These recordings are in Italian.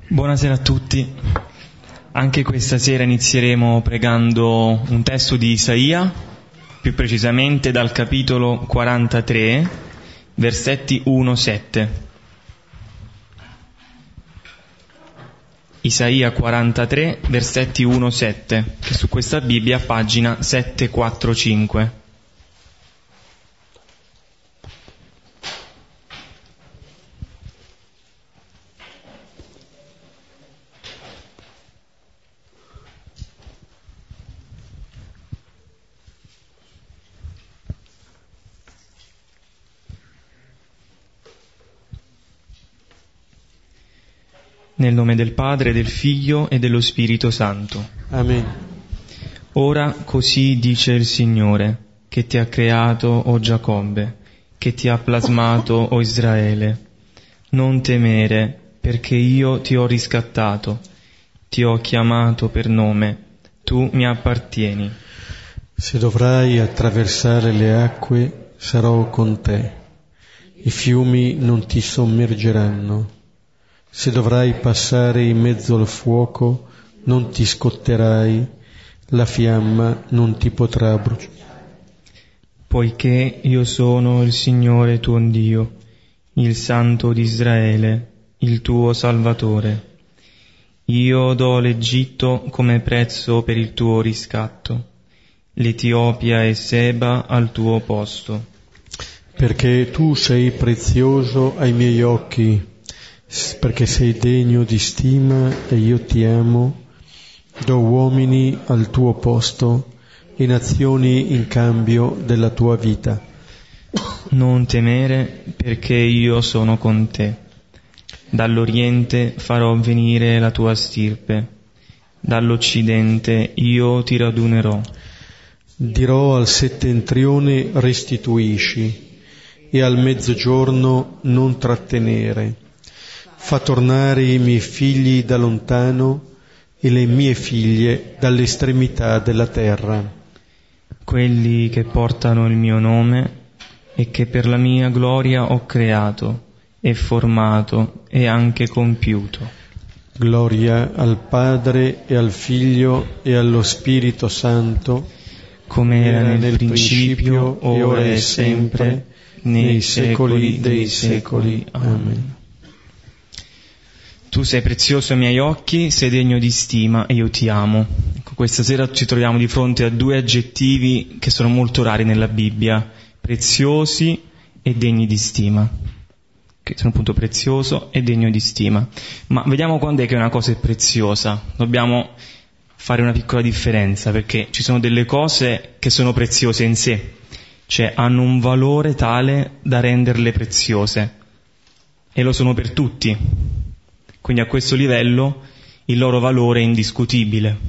Buonasera a tutti. Anche questa sera inizieremo pregando un testo di Isaia, più precisamente dal capitolo 43, versetti 1-7. Isaia 43, versetti 1-7, che su questa Bibbia pagina 745. Nel nome del Padre, del Figlio e dello Spirito Santo. Amen. Ora così dice il Signore, che ti ha creato, o Giacobbe, che ti ha plasmato, o Israele. Non temere, perché io ti ho riscattato, ti ho chiamato per nome, tu mi appartieni. Se dovrai attraversare le acque, sarò con te. I fiumi non ti sommergeranno. Se dovrai passare in mezzo al fuoco, non ti scotterai, la fiamma non ti potrà bruciare. Poiché io sono il Signore tuo Dio, il Santo di Israele, il tuo Salvatore. Io do l'Egitto come prezzo per il tuo riscatto, l'Etiopia e Seba al tuo posto. Perché tu sei prezioso ai miei occhi, perché sei degno di stima e io ti amo, do uomini al tuo posto e nazioni in cambio della tua vita. Non temere, perché io sono con te. Dall'Oriente farò venire la tua stirpe, dall'Occidente io ti radunerò. Dirò al settentrione restituisci, e al mezzogiorno non trattenere. Fa tornare i miei figli da lontano e le mie figlie dall'estremità della terra. Quelli che portano il mio nome e che per la mia gloria ho creato e formato e anche compiuto. Gloria al Padre e al Figlio e allo Spirito Santo, come era nel principio, ora e sempre, nei secoli dei secoli. Amen. Tu sei prezioso ai miei occhi, sei degno di stima e io ti amo. Ecco, questa sera ci troviamo di fronte a due aggettivi che sono molto rari nella Bibbia, preziosi e degni di stima. Che sono appunto prezioso e degno di stima. Ma vediamo quando è che una cosa è preziosa. Dobbiamo fare una piccola differenza, perché ci sono delle cose che sono preziose in sé, cioè hanno un valore tale da renderle preziose, e lo sono per tutti. Quindi a questo livello il loro valore è indiscutibile.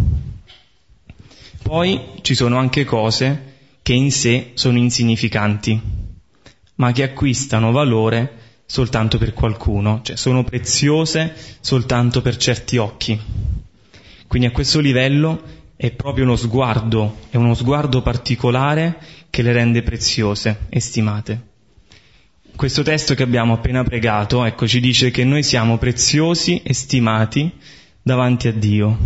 Poi ci sono anche cose che in sé sono insignificanti, ma che acquistano valore soltanto per qualcuno, cioè sono preziose soltanto per certi occhi. Quindi a questo livello è proprio uno sguardo particolare che le rende preziose e stimate. Questo testo che abbiamo appena pregato, ecco, ci dice che noi siamo preziosi e stimati davanti a Dio.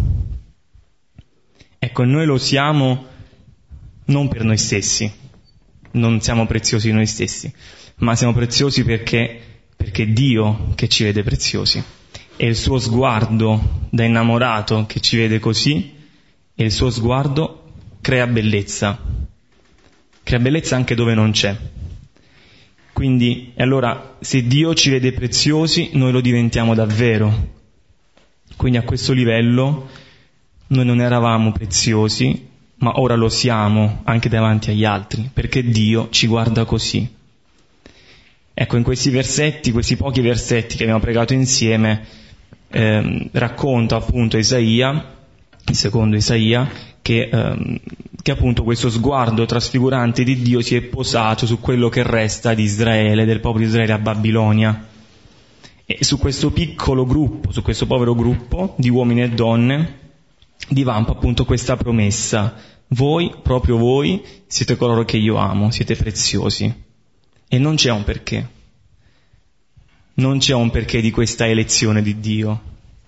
Ecco, noi lo siamo non per noi stessi, non siamo preziosi noi stessi, ma siamo preziosi perché è Dio che ci vede preziosi. E il suo sguardo da innamorato che ci vede così, e il suo sguardo crea bellezza anche dove non c'è. Quindi, allora, se Dio ci vede preziosi, noi lo diventiamo davvero. Quindi a questo livello noi non eravamo preziosi, ma ora lo siamo anche davanti agli altri, perché Dio ci guarda così. Ecco, in questi pochi versetti che abbiamo pregato insieme, racconta appunto Isaia, il secondo Isaia, che appunto questo sguardo trasfigurante di Dio si è posato su quello che resta di Israele, del popolo di Israele a Babilonia. E su questo piccolo gruppo, su questo povero gruppo di uomini e donne, divampa appunto questa promessa: voi, proprio voi, siete coloro che io amo, siete preziosi. E non c'è un perché di questa elezione di Dio.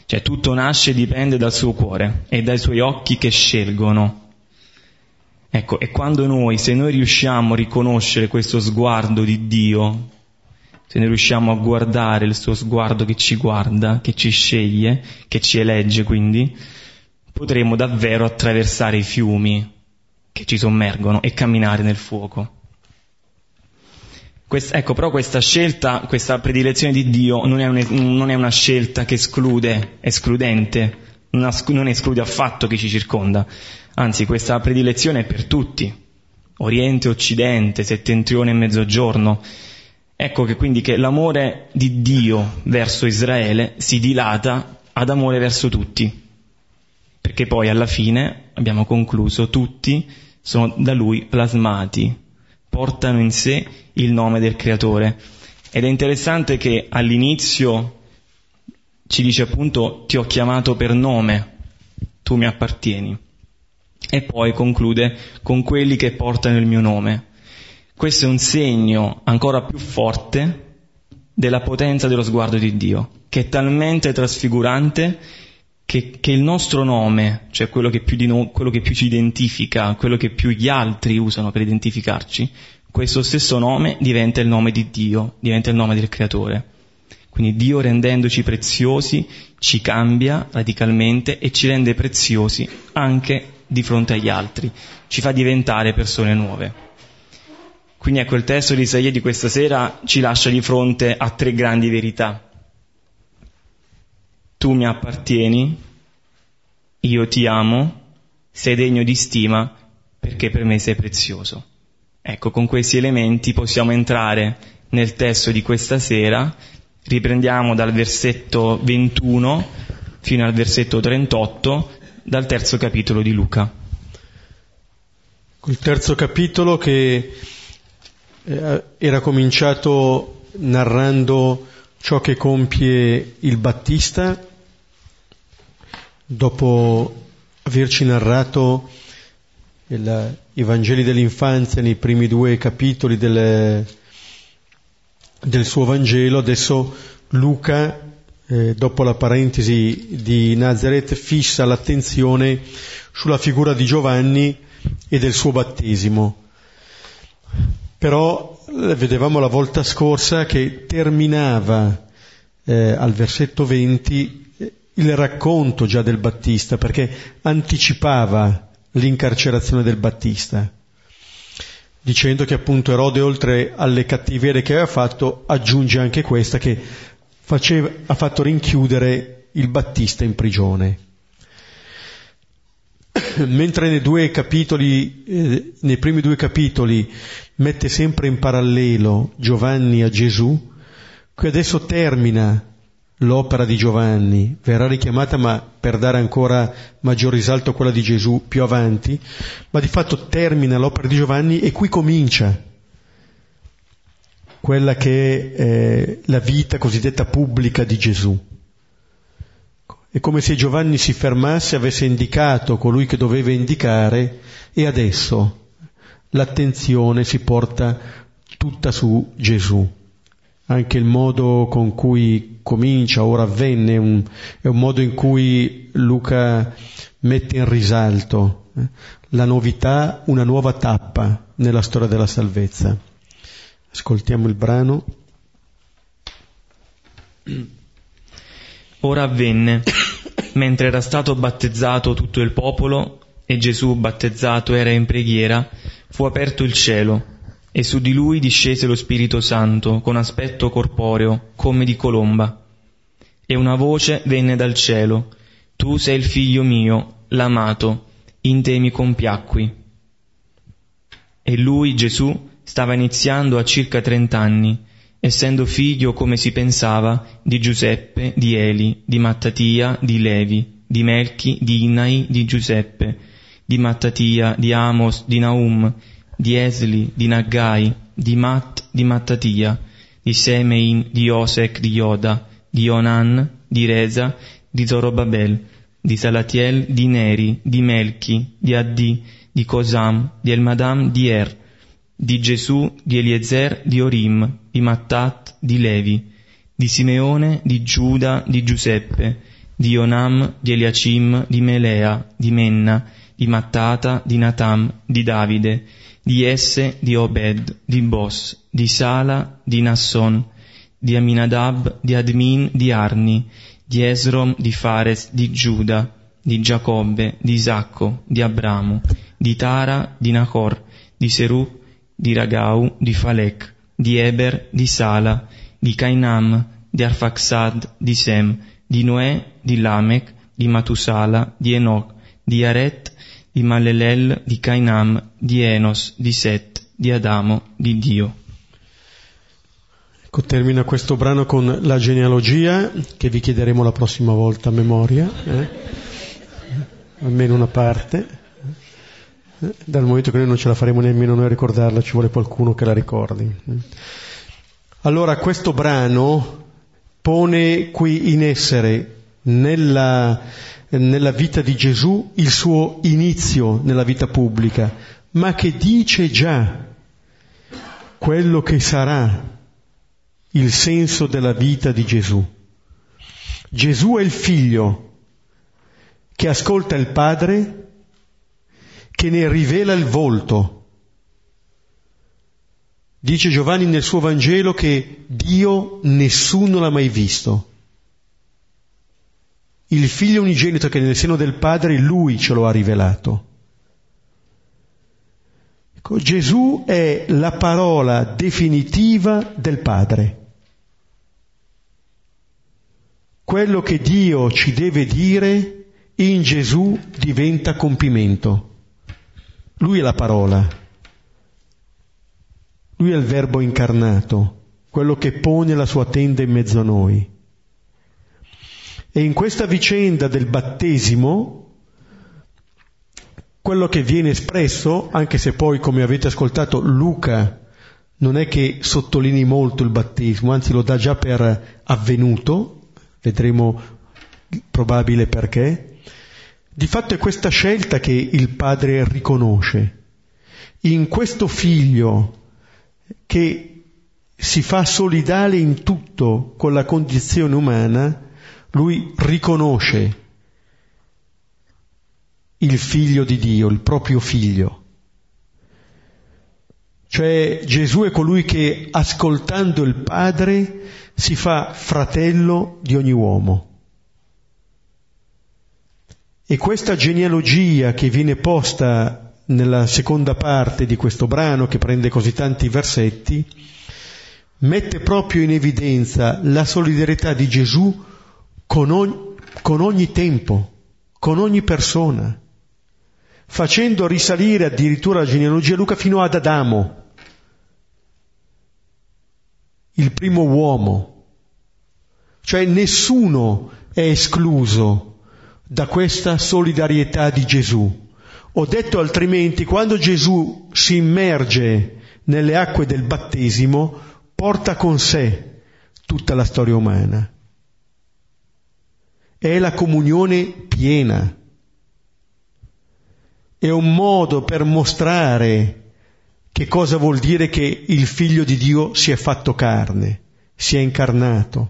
Cioè tutto nasce e dipende dal suo cuore e dai suoi occhi che scelgono. Ecco, e se noi riusciamo a riconoscere questo sguardo di Dio, se noi riusciamo a guardare il suo sguardo che ci guarda, che ci sceglie, che ci elegge quindi, potremo davvero attraversare i fiumi che ci sommergono e camminare nel fuoco. Però questa scelta, questa predilezione di Dio non è una scelta che escludente, non esclude affatto chi ci circonda. Anzi, questa predilezione è per tutti, Oriente, Occidente, Settentrione e Mezzogiorno. Ecco che l'amore di Dio verso Israele si dilata ad amore verso tutti, perché poi alla fine, abbiamo concluso, tutti sono da Lui plasmati, portano in sé il nome del Creatore. Ed è interessante che all'inizio ci dice appunto: ti ho chiamato per nome, tu mi appartieni. E poi conclude: con quelli che portano il mio nome. Questo è un segno ancora più forte della potenza dello sguardo di Dio, che è talmente trasfigurante che il nostro nome, cioè quello che più ci identifica, quello che più gli altri usano per identificarci, questo stesso nome diventa il nome di Dio, diventa il nome del Creatore. Quindi Dio, rendendoci preziosi, ci cambia radicalmente e ci rende preziosi anche di fronte agli altri, ci fa diventare persone nuove. Quindi ecco, il testo di Isaia di questa sera ci lascia di fronte a 3 grandi verità. Tu mi appartieni, io ti amo, sei degno di stima perché per me sei prezioso. Ecco, con questi elementi possiamo entrare nel testo di questa sera. Riprendiamo dal versetto 21 fino al versetto 38 dal 3° capitolo di Luca. Il 3° capitolo che era cominciato narrando ciò che compie il Battista, dopo averci narrato i Vangeli dell'infanzia nei primi 2 capitoli del suo Vangelo. Adesso Luca, dopo la parentesi di Nazareth, fissa l'attenzione sulla figura di Giovanni e del suo battesimo. Però vedevamo la volta scorsa che terminava al versetto 20 il racconto già del Battista, perché anticipava l'incarcerazione del Battista, dicendo che appunto Erode, oltre alle cattiverie che aveva fatto, aggiunge anche questa, che ha fatto rinchiudere il Battista in prigione. Mentre nei primi 2 capitoli mette sempre in parallelo Giovanni a Gesù, qui adesso termina l'opera di Giovanni, verrà richiamata ma per dare ancora maggior risalto a quella di Gesù più avanti, ma di fatto termina l'opera di Giovanni e qui comincia quella che è la vita cosiddetta pubblica di Gesù. È come se Giovanni si fermasse, avesse indicato colui che doveva indicare, e adesso l'attenzione si porta tutta su Gesù. Anche il modo con cui comincia, ora avvenne, è un modo in cui Luca mette in risalto la novità, una nuova tappa nella storia della salvezza. Ascoltiamo il brano. Ora avvenne, mentre era stato battezzato tutto il popolo e Gesù battezzato era in preghiera, fu aperto il cielo e su di lui discese lo Spirito Santo con aspetto corporeo come di colomba. E una voce venne dal cielo: tu sei il figlio mio, l'amato, in te mi compiacqui. E lui, Gesù, stava iniziando a circa 30 anni, essendo figlio, come si pensava, di Giuseppe, di Eli, di Mattatia, di Levi, di Melchi, di Innai, di Giuseppe, di Mattatia, di Amos, di Naum, di Esli, di Naggai, di Mat, di Mattatia, di Semein, di Osec, di Yoda, di Onan, di Resa, di Zorobabel, di Salatiel, di Neri, di Melchi, di Addi, di Cosam, di Elmadam, di Er, di Gesù, di Eliezer, di Orim, di Mattat, di Levi, di Simeone, di Giuda, di Giuseppe, di Onam, di Eliacim, di Melea, di Menna, di Mattata, di Natam, di Davide, di Esse, di Obed, di Bos, di Sala, di Nasson, di Aminadab, di Admin, di Arni, di Esrom, di Fares, di Giuda, di Giacobbe, di Isacco, di Abramo, di Tara, di Nahor, di Serug, di Ragau, di Falec, di Eber, di Sala, di Cainam, di Arfaxad, di Sem, di Noè, di Lamech, di Matusala, di Enoch, di Yaret, di Malelel, di Cainam, di Enos, di Set, di Adamo, di Dio. Ecco, termina questo brano con la genealogia, che vi chiederemo la prossima volta a memoria, almeno una parte, dal momento che noi non ce la faremo nemmeno noi a ricordarla, ci vuole qualcuno che la ricordi. Allora, questo brano pone qui in essere nella vita di Gesù il suo inizio nella vita pubblica, ma che dice già quello che sarà il senso della vita di Gesù. Gesù è il figlio che ascolta il Padre, che ne rivela il volto. Dice Giovanni nel suo Vangelo che Dio nessuno l'ha mai visto. Il figlio unigenito che è nel seno del Padre, lui ce lo ha rivelato. Ecco, Gesù è la parola definitiva del Padre. Quello che Dio ci deve dire in Gesù diventa compimento. Lui è la parola, lui è il Verbo incarnato, quello che pone la sua tenda in mezzo a noi. E in questa vicenda del battesimo, quello che viene espresso, anche se poi, come avete ascoltato, Luca non è che sottolinei molto il battesimo, anzi lo dà già per avvenuto, vedremo probabile perché. Di fatto è questa scelta che il Padre riconosce. In questo Figlio che si fa solidale in tutto con la condizione umana, lui riconosce il Figlio di Dio, il proprio Figlio. Cioè Gesù è colui che, ascoltando il Padre, si fa fratello di ogni uomo. E questa genealogia che viene posta nella seconda parte di questo brano, che prende così tanti versetti, mette proprio in evidenza la solidarietà di Gesù con ogni tempo, con ogni persona, facendo risalire addirittura la genealogia Luca fino ad Adamo, il primo uomo. Cioè nessuno è escluso da questa solidarietà di Gesù. Ho detto altrimenti, quando Gesù si immerge nelle acque del battesimo, porta con sé tutta la storia umana. È la comunione piena. È un modo per mostrare che cosa vuol dire che il Figlio di Dio si è fatto carne, si è incarnato.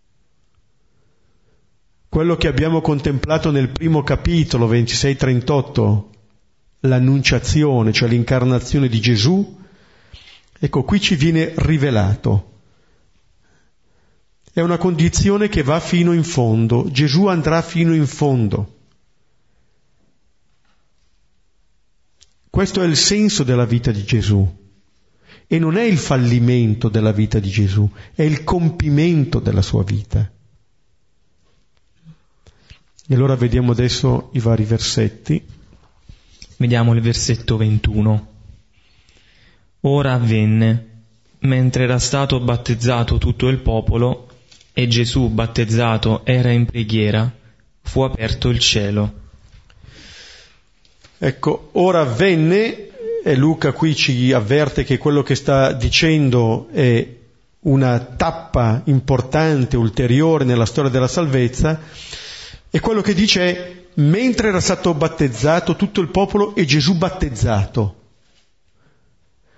Quello che abbiamo contemplato nel primo capitolo, 26-38, l'annunciazione, cioè l'incarnazione di Gesù, ecco, qui ci viene rivelato. È una condizione che va fino in fondo. Gesù andrà fino in fondo. Questo è il senso della vita di Gesù. E non è il fallimento della vita di Gesù, è il compimento della sua vita. E allora vediamo adesso i vari versetti. Vediamo il versetto 21. Ora avvenne, mentre era stato battezzato tutto il popolo, e Gesù battezzato era in preghiera, fu aperto il cielo. Ecco, ora avvenne, e Luca qui ci avverte che quello che sta dicendo è una tappa importante, ulteriore nella storia della salvezza, e quello che dice è: mentre era stato battezzato tutto il popolo e Gesù battezzato.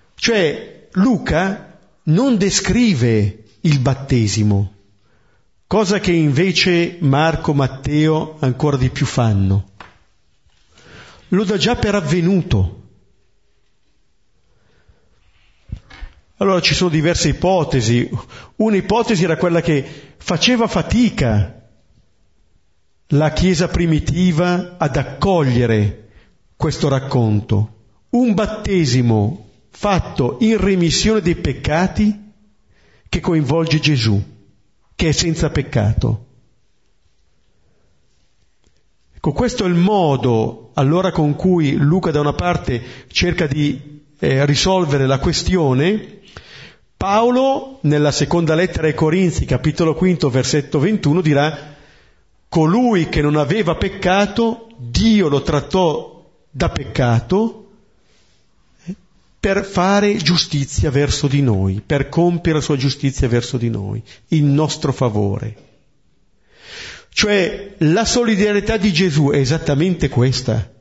Cioè Luca non descrive il battesimo, cosa che invece Marco, Matteo ancora di più fanno. Lo dà già per avvenuto. Allora ci sono diverse ipotesi. Un'ipotesi era quella che faceva fatica la Chiesa primitiva ad accogliere questo racconto. Un battesimo fatto in remissione dei peccati che coinvolge Gesù, che è senza peccato. Ecco, questo è il modo allora con cui Luca da una parte cerca di risolvere la questione. Paolo, nella seconda lettera ai Corinzi, capitolo 5, versetto 21, dirà: colui che non aveva peccato, Dio lo trattò da peccato per fare giustizia verso di noi, per compiere la sua giustizia verso di noi, in nostro favore. Cioè, la solidarietà di Gesù è esattamente questa.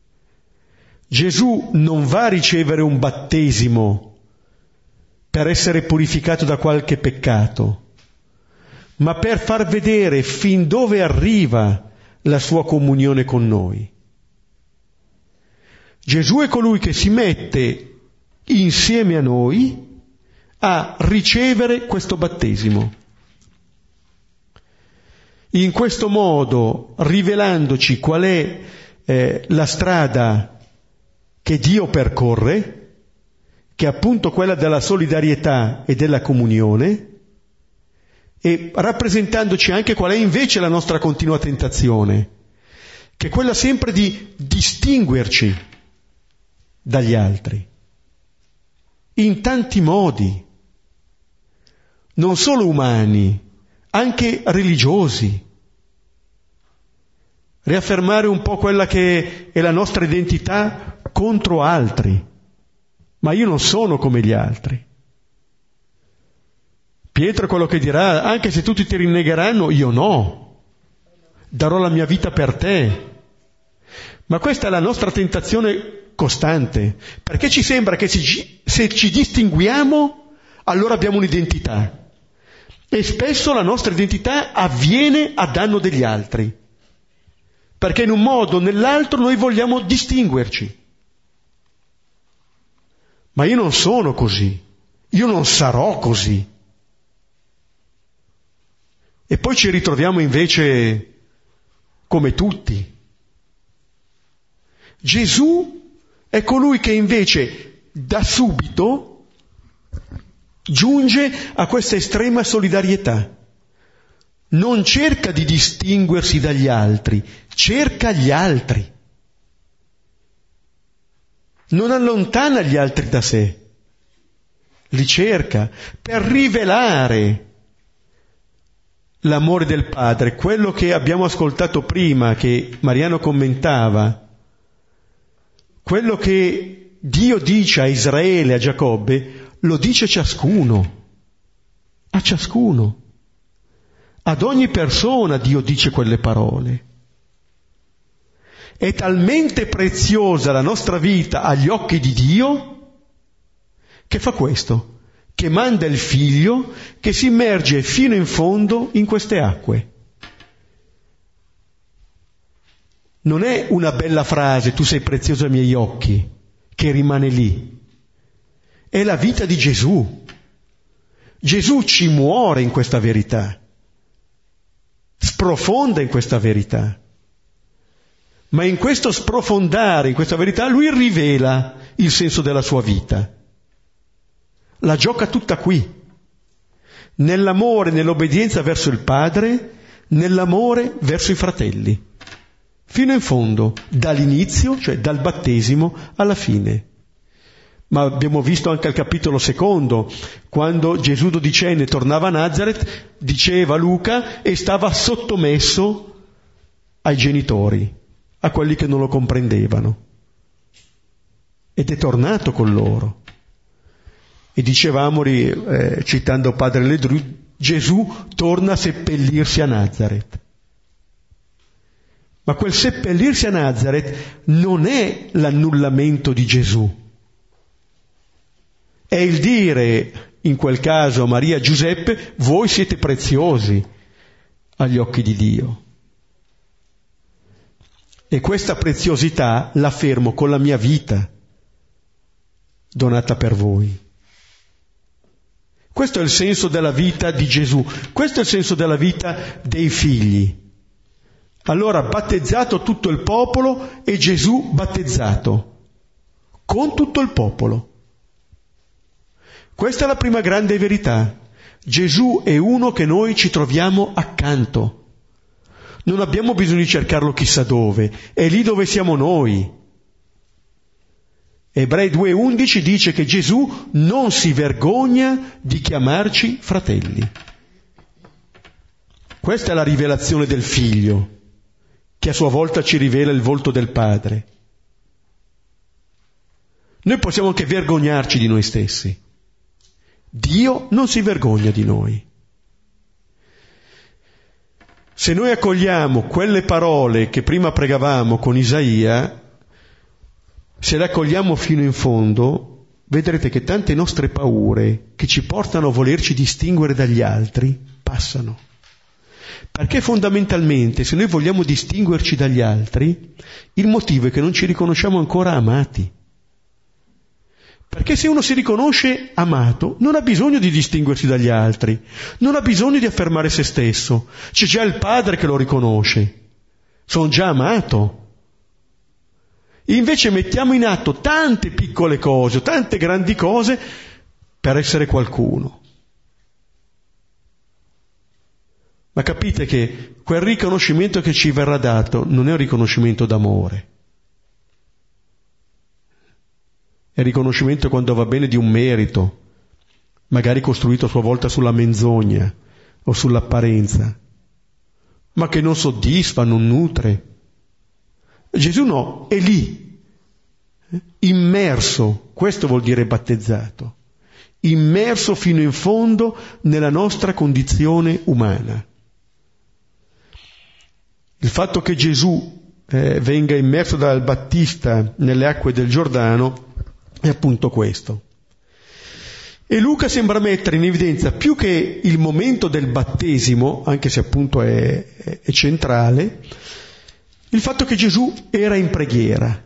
Gesù non va a ricevere un battesimo per essere purificato da qualche peccato, ma per far vedere fin dove arriva la sua comunione con noi. Gesù è colui che si mette insieme a noi a ricevere questo battesimo. In questo modo, rivelandoci qual è la strada che Dio percorre, che è appunto quella della solidarietà e della comunione, e rappresentandoci anche qual è invece la nostra continua tentazione, che è quella sempre di distinguerci dagli altri, in tanti modi, non solo umani, anche religiosi. Riaffermare un po' quella che è la nostra identità contro altri. Ma io non sono come gli altri. Pietro è quello che dirà: anche se tutti ti rinnegheranno, io no. Darò la mia vita per te. Ma questa è la nostra tentazione costante, perché ci sembra che se ci distinguiamo, allora abbiamo un'identità. E spesso la nostra identità avviene a danno degli altri, perché in un modo o nell'altro noi vogliamo distinguerci. Ma io non sono così, io non sarò così. E poi ci ritroviamo invece come tutti. Gesù è colui che invece da subito giunge a questa estrema solidarietà. Non cerca di distinguersi dagli altri, cerca gli altri. Non allontana gli altri da sé, li cerca per rivelare l'amore del Padre, quello che abbiamo ascoltato prima, che Mariano commentava, quello che Dio dice a Israele, a Giacobbe, lo dice a ciascuno, ad ogni persona Dio dice quelle parole. È talmente preziosa la nostra vita agli occhi di Dio che fa questo, che manda il Figlio che si immerge fino in fondo in queste acque. Non è una bella frase, tu sei prezioso ai miei occhi, che rimane lì. È la vita di Gesù. Gesù ci muore in questa verità, sprofonda in questa verità. Ma in questo sprofondare, in questa verità, lui rivela il senso della sua vita. La gioca tutta qui, nell'amore, nell'obbedienza verso il Padre, nell'amore verso i fratelli, fino in fondo, dall'inizio, cioè dal battesimo, alla fine. Ma abbiamo visto anche al capitolo 2, quando Gesù dodicenne tornava a Nazareth, diceva Luca, e stava sottomesso ai genitori, a quelli che non lo comprendevano. Ed è tornato con loro. E dicevamo, citando padre Ledru, Gesù torna a seppellirsi a Nazareth. Ma quel seppellirsi a Nazareth non è l'annullamento di Gesù. È il dire, in quel caso a Maria e Giuseppe, voi siete preziosi, agli occhi di Dio. E questa preziosità l'affermo con la mia vita donata per voi. Questo è il senso della vita di Gesù, questo è il senso della vita dei figli. Allora battezzato tutto il popolo e Gesù battezzato con tutto il popolo. Questa è la prima grande verità. Gesù è uno che noi ci troviamo accanto. Non abbiamo bisogno di cercarlo chissà dove, è lì dove siamo noi. Ebrei 2,11 dice che Gesù non si vergogna di chiamarci fratelli. Questa è la rivelazione del Figlio, che a sua volta ci rivela il volto del Padre. Noi possiamo anche vergognarci di noi stessi. Dio non si vergogna di noi. Se noi accogliamo quelle parole che prima pregavamo con Isaia, se le accogliamo fino in fondo, vedrete che tante nostre paure che ci portano a volerci distinguere dagli altri passano. Perché fondamentalmente, se noi vogliamo distinguerci dagli altri, il motivo è che non ci riconosciamo ancora amati. Perché se uno si riconosce amato, non ha bisogno di distinguersi dagli altri, non ha bisogno di affermare se stesso. C'è già il Padre che lo riconosce. Sono già amato. Invece mettiamo in atto tante piccole cose, tante grandi cose per essere qualcuno. Ma capite che quel riconoscimento che ci verrà dato non è un riconoscimento d'amore. È il riconoscimento, quando va bene, di un merito, magari costruito a sua volta sulla menzogna o sull'apparenza, ma che non soddisfa, non nutre. Gesù no, è lì, immerso, questo vuol dire battezzato, immerso fino in fondo nella nostra condizione umana. Il fatto che Gesù venga immerso dal Battista nelle acque del Giordano è appunto questo. E Luca sembra mettere in evidenza più che il momento del battesimo, anche se appunto è centrale, il fatto che Gesù era in preghiera.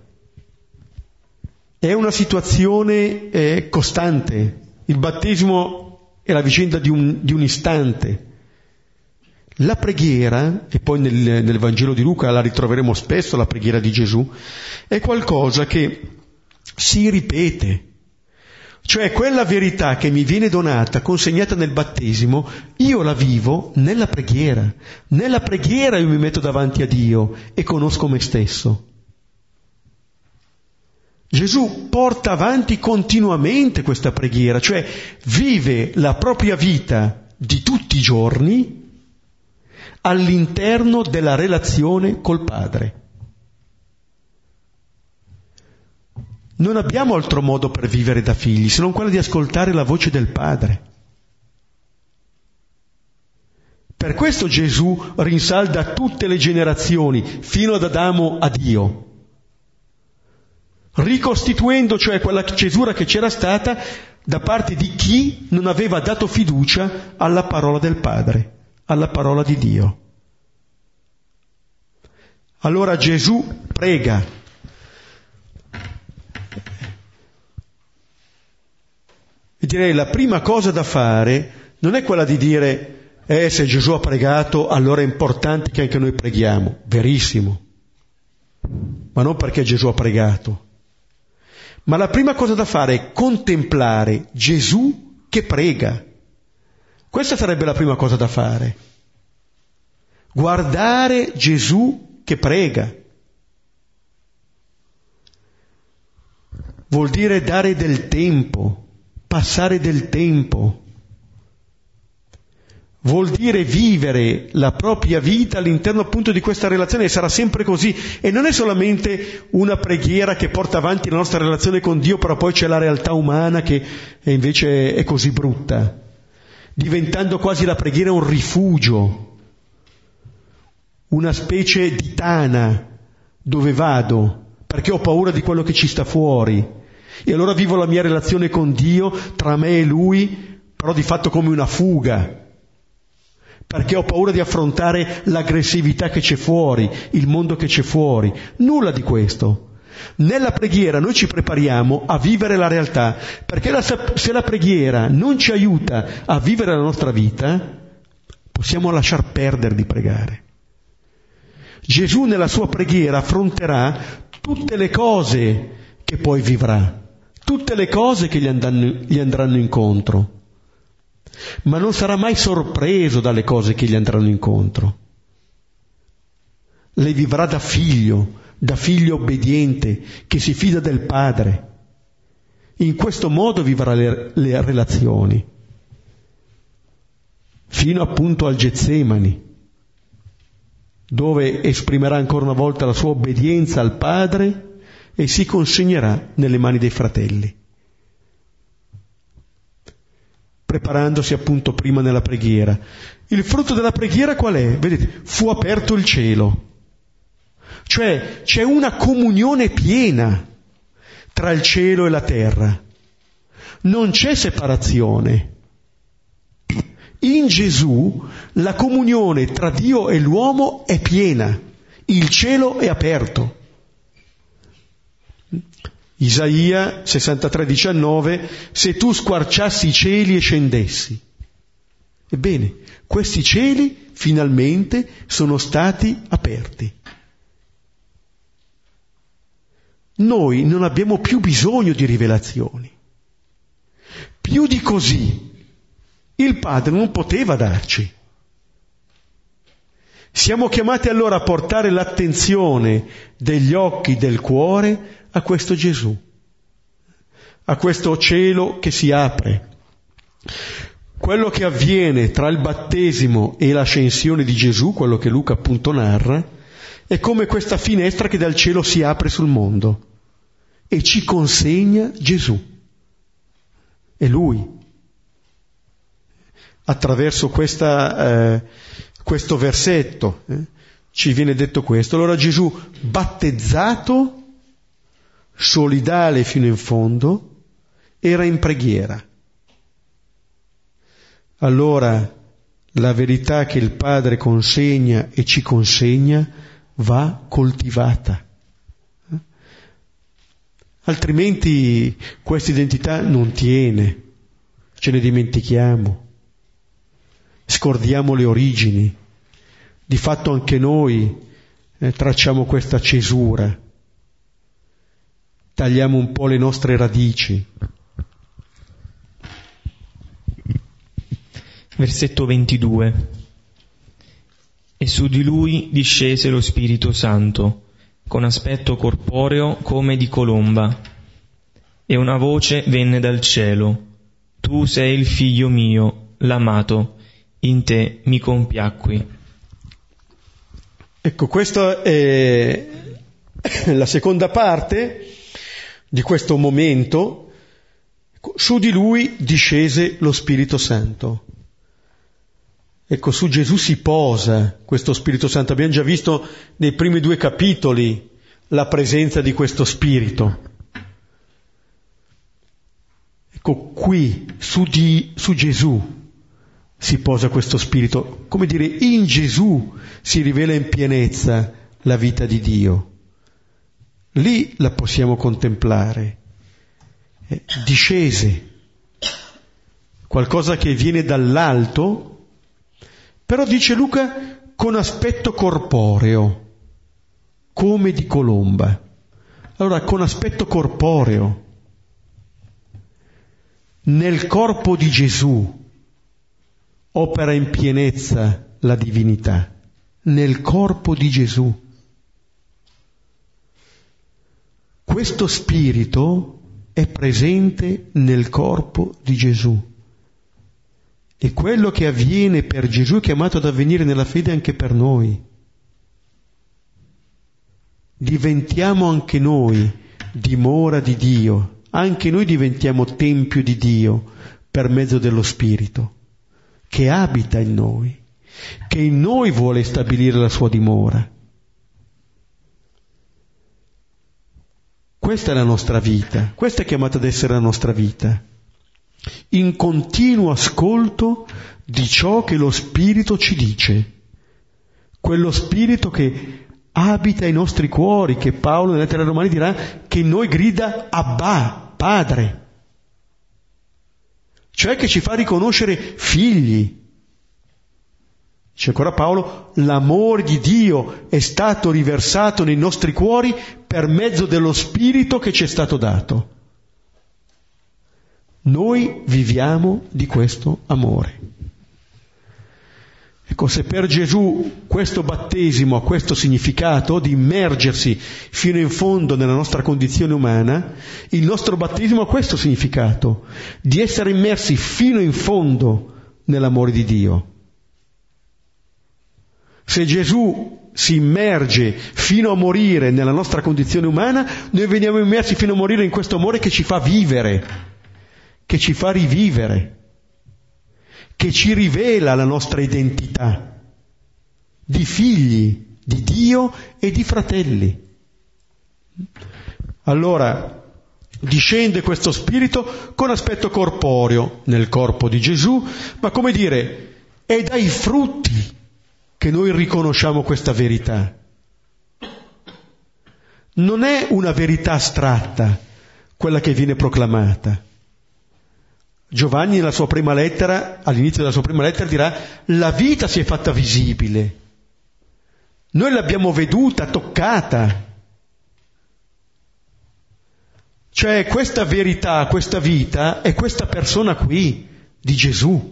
È una situazione costante. Il battesimo è la vicenda di un istante. La preghiera, e poi nel Vangelo di Luca la ritroveremo spesso, la preghiera di Gesù, è qualcosa che si ripete. Cioè quella verità che mi viene donata, consegnata nel battesimo, io la vivo nella preghiera. Nella preghiera io mi metto davanti a Dio e conosco me stesso. Gesù porta avanti continuamente questa preghiera, cioè vive la propria vita di tutti i giorni all'interno della relazione col Padre. Non abbiamo altro modo per vivere da figli se non quello di ascoltare la voce del Padre. Per questo Gesù rinsalda tutte le generazioni, fino ad Adamo a Dio, ricostituendo cioè quella cesura che c'era stata da parte di chi non aveva dato fiducia alla parola del Padre, alla parola di Dio. Allora Gesù prega. E direi la prima cosa da fare non è quella di dire se Gesù ha pregato allora è importante che anche noi preghiamo. Verissimo, ma non perché Gesù ha pregato. Ma la prima cosa da fare è contemplare Gesù che prega. Questa sarebbe la prima cosa da fare. Guardare Gesù che prega. Vuol dire dare del tempo. Passare del tempo vuol dire vivere la propria vita all'interno appunto di questa relazione, e sarà sempre così. E non è solamente una preghiera che porta avanti la nostra relazione con Dio, però poi c'è la realtà umana che invece è così brutta, diventando quasi la preghiera un rifugio, una specie di tana dove vado perché ho paura di quello che ci sta fuori. E allora vivo la mia relazione con Dio tra me e Lui, però di fatto come una fuga, perché ho paura di affrontare l'aggressività che c'è fuori, il mondo che c'è fuori. Nulla di questo. Nella preghiera noi ci prepariamo a vivere la realtà, perché se la preghiera non ci aiuta a vivere la nostra vita, possiamo lasciar perdere di pregare. Gesù nella sua preghiera affronterà tutte le cose che poi vivrà, tutte le cose che gli andranno incontro, ma non sarà mai sorpreso dalle cose che gli andranno incontro. Le vivrà da figlio obbediente che si fida del Padre. In questo modo vivrà le relazioni, fino appunto al Getsemani, dove esprimerà ancora una volta la sua obbedienza al Padre e si consegnerà nelle mani dei fratelli, preparandosi appunto prima nella preghiera. Il frutto della preghiera qual è? Vedete, fu aperto il cielo. Cioè c'è una comunione piena tra il cielo e la terra. Non c'è separazione. In Gesù la comunione tra Dio e l'uomo è piena. Il cielo è aperto. Isaia 63,19: se tu squarciassi i cieli e scendessi. Ebbene, questi cieli finalmente sono stati aperti. Noi non abbiamo più bisogno di rivelazioni. Più di così il Padre non poteva darci. Siamo chiamati allora a portare l'attenzione degli occhi, del cuore a questo Gesù, a questo cielo che si apre. Quello che avviene tra il battesimo e l'ascensione di Gesù, quello che Luca appunto narra, è come questa finestra che dal cielo si apre sul mondo e ci consegna Gesù. È Lui. Attraverso questo versetto ci viene detto questo. Allora Gesù, battezzato, solidale fino in fondo, era in preghiera. Allora la verità che il Padre consegna e ci consegna va coltivata. Altrimenti questa identità non tiene, ce ne dimentichiamo, scordiamo le origini. Di fatto anche noi tracciamo questa cesura, tagliamo un po' le nostre radici. Versetto 22. E su di lui discese lo Spirito Santo, con aspetto corporeo come di colomba, e una voce venne dal cielo: tu sei il figlio mio, l'amato, in te mi compiacqui. Ecco, questa è la seconda parte di questo momento. Su di lui discese lo Spirito Santo. Ecco, su Gesù si posa questo Spirito Santo. Abbiamo già visto nei primi 2 capitoli la presenza di questo Spirito. Ecco, qui, su Gesù si posa questo Spirito. Come dire, in Gesù si rivela in pienezza la vita di Dio. Lì la possiamo contemplare. Discese. Qualcosa che viene dall'alto, però dice Luca con aspetto corporeo, come di colomba. Allora, con aspetto corporeo, nel corpo di Gesù opera in pienezza la divinità, nel corpo di Gesù. Questo Spirito è presente nel corpo di Gesù. E quello che avviene per Gesù è chiamato ad avvenire nella fede anche per noi. Diventiamo anche noi dimora di Dio, anche noi diventiamo tempio di Dio per mezzo dello Spirito che abita in noi, che in noi vuole stabilire la sua dimora. Questa è la nostra vita, questa è chiamata ad essere la nostra vita. in continuo ascolto di ciò che lo Spirito ci dice, quello Spirito che abita i nostri cuori, che Paolo nella lettera ai Romani dirà che in noi grida Abba, Padre, cioè che ci fa riconoscere figli. Dice ancora Paolo, l'amore di Dio è stato riversato nei nostri cuori per mezzo dello Spirito che ci è stato dato. Noi viviamo di questo amore. Ecco, se per Gesù questo battesimo ha questo significato di immergersi fino in fondo nella nostra condizione umana, il nostro battesimo ha questo significato, di essere immersi fino in fondo nell'amore di Dio. Se Gesù si immerge fino a morire nella nostra condizione umana, noi veniamo immersi fino a morire in questo amore che ci fa vivere, che ci fa rivivere, che ci rivela la nostra identità di figli di Dio e di fratelli. Allora discende questo Spirito con aspetto corporeo nel corpo di Gesù, ma come dire, è dai frutti che noi riconosciamo questa verità. Non è una verità astratta quella che viene proclamata. Giovanni nella sua prima lettera, all'inizio della sua prima lettera dirà: la vita si è fatta visibile, noi l'abbiamo veduta, toccata. Cioè questa verità, questa vita è questa persona qui di Gesù.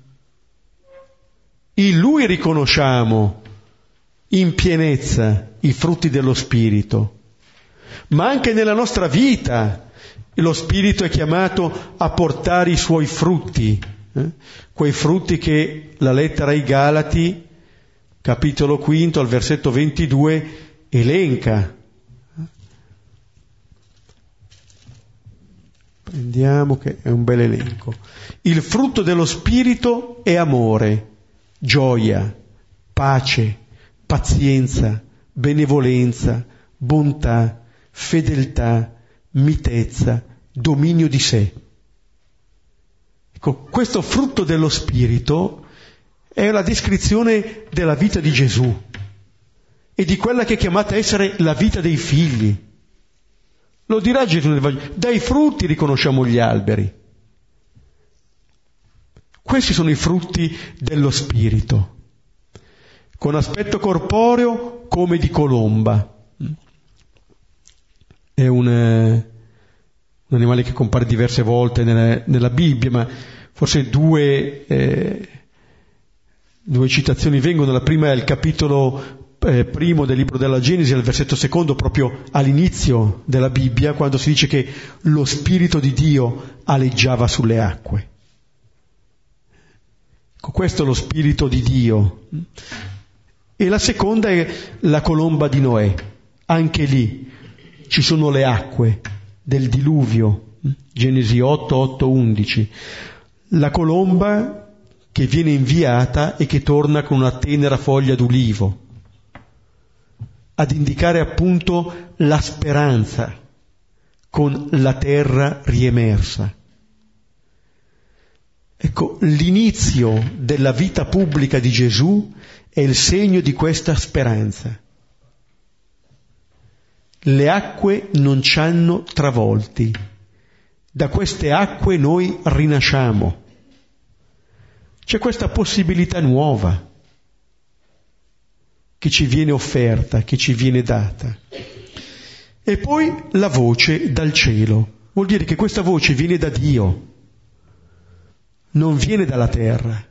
In Lui riconosciamo in pienezza i frutti dello Spirito, ma anche nella nostra vita lo Spirito è chiamato a portare i suoi frutti, quei frutti che la lettera ai Galati, capitolo 5, al versetto 22, elenca. Prendiamo che è un bel elenco. Il frutto dello Spirito è amore, gioia, pace, pazienza, benevolenza, bontà, fedeltà, mitezza, dominio di sé. Ecco, questo frutto dello Spirito è la descrizione della vita di Gesù e di quella che è chiamata a essere la vita dei figli. Lo dirà Gesù nel Vangelo: dai frutti riconosciamo gli alberi. Questi sono i frutti dello Spirito, con aspetto corporeo come di colomba. È un animale che compare diverse volte nella Bibbia, ma forse due citazioni vengono. La prima è il capitolo primo del libro della Genesi, al versetto secondo, proprio all'inizio della Bibbia, quando si dice che lo Spirito di Dio aleggiava sulle acque. Ecco, questo è lo Spirito di Dio. E la seconda è la colomba di Noè. Anche lì ci sono le acque del diluvio, Genesi 8, 8, 11. La colomba che viene inviata e che torna con una tenera foglia d'ulivo, ad indicare appunto la speranza con la terra riemersa. Ecco, l'inizio della vita pubblica di Gesù è il segno di questa speranza. Le acque non ci hanno travolti, da queste acque noi rinasciamo. C'è questa possibilità nuova che ci viene offerta, che ci viene data. E poi la voce dal cielo. Vuol dire che questa voce viene da Dio, non viene dalla terra.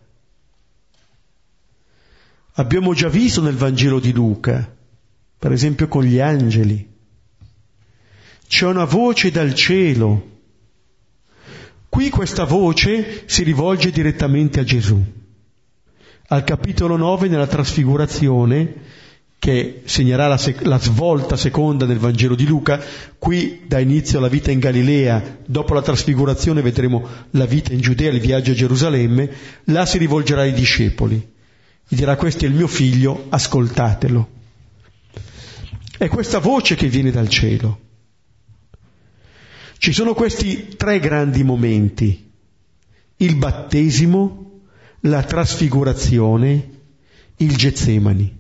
Abbiamo già visto nel Vangelo di Luca, per esempio con gli angeli, c'è una voce dal cielo. Qui questa voce si rivolge direttamente a Gesù. Al capitolo 9, nella trasfigurazione, che segnerà la svolta seconda del Vangelo di Luca, qui dà inizio alla vita in Galilea, dopo la trasfigurazione vedremo la vita in Giudea, il viaggio a Gerusalemme, là si rivolgerà ai discepoli e dirà: questo è il mio figlio, ascoltatelo. È questa voce che viene dal cielo. Ci sono questi tre grandi momenti il battesimo, la trasfigurazione, il Getsemani.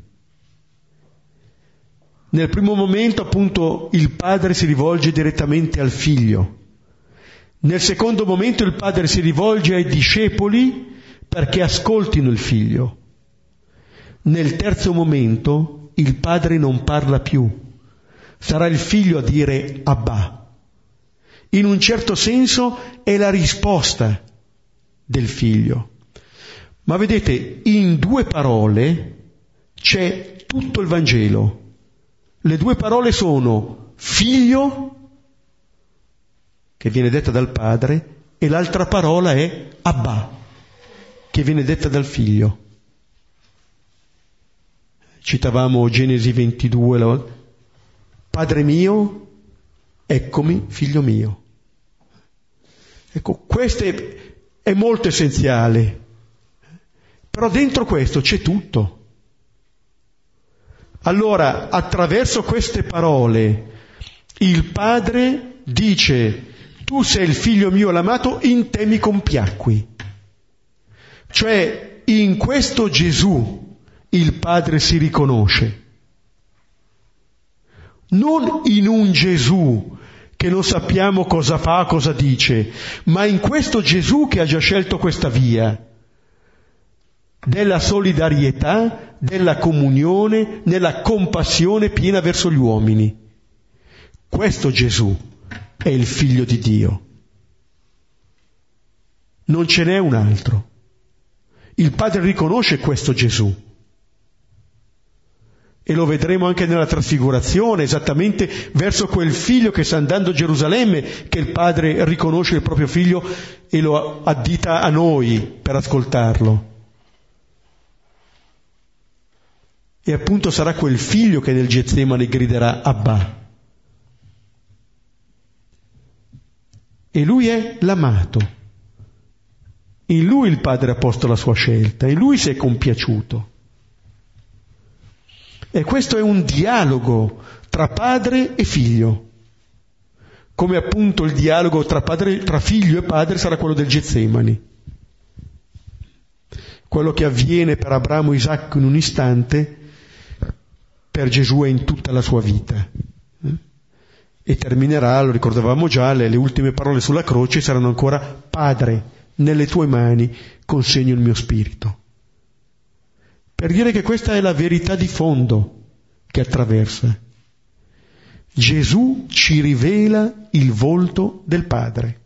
Nel primo momento, appunto, il padre si rivolge direttamente al figlio. Nel secondo momento il padre si rivolge ai discepoli perché ascoltino il figlio. Nel terzo momento il padre non parla più, sarà il figlio a dire Abba. In un certo senso è la risposta del figlio. Ma vedete, in due parole c'è tutto il Vangelo. Le due parole sono figlio, che viene detta dal padre, e l'altra parola è Abba, che viene detta dal figlio. Citavamo Genesi 22, Padre mio, eccomi, figlio mio. Ecco, questo è molto essenziale, però dentro questo c'è tutto. Allora, attraverso queste parole, il padre dice: tu sei il figlio mio l'amato, in te mi compiacqui. Cioè, in questo Gesù il padre si riconosce. Non in un Gesù che non sappiamo cosa fa, cosa dice, ma in questo Gesù che ha già scelto questa via della solidarietà, della comunione, nella compassione piena verso gli uomini. Questo Gesù è il figlio di Dio. Non ce n'è un altro. Il Padre riconosce questo Gesù. E lo vedremo anche nella trasfigurazione, esattamente verso quel figlio che sta andando a Gerusalemme, che il Padre riconosce il proprio figlio e lo addita a noi per ascoltarlo. E appunto sarà quel figlio che nel Getsemani griderà Abba. E lui è l'amato. In lui il Padre ha posto la sua scelta, in lui si è compiaciuto. E questo è un dialogo tra padre e figlio, come appunto il dialogo tra figlio e padre sarà quello del Getsemani. Quello che avviene per Abramo e Isacco in un istante, per Gesù è in tutta la sua vita. E terminerà, lo ricordavamo già, le ultime parole sulla croce saranno ancora: Padre, nelle tue mani consegno il mio spirito. Per dire che questa è la verità di fondo che attraversa. Gesù ci rivela il volto del Padre.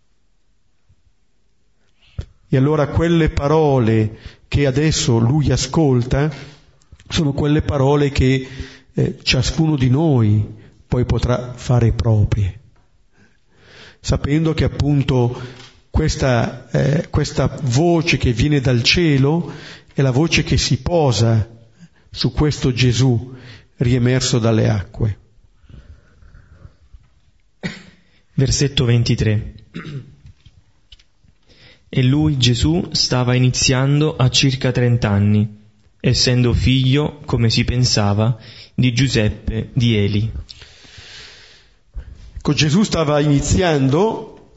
E allora quelle parole che adesso lui ascolta sono quelle parole che ciascuno di noi poi potrà fare proprie, sapendo che appunto questa voce che viene dal cielo è la voce che si posa su questo Gesù riemerso dalle acque. Versetto 23. E lui, Gesù, stava iniziando a circa 30 anni, essendo figlio, come si pensava, di Giuseppe di Eli. Ecco, Gesù stava iniziando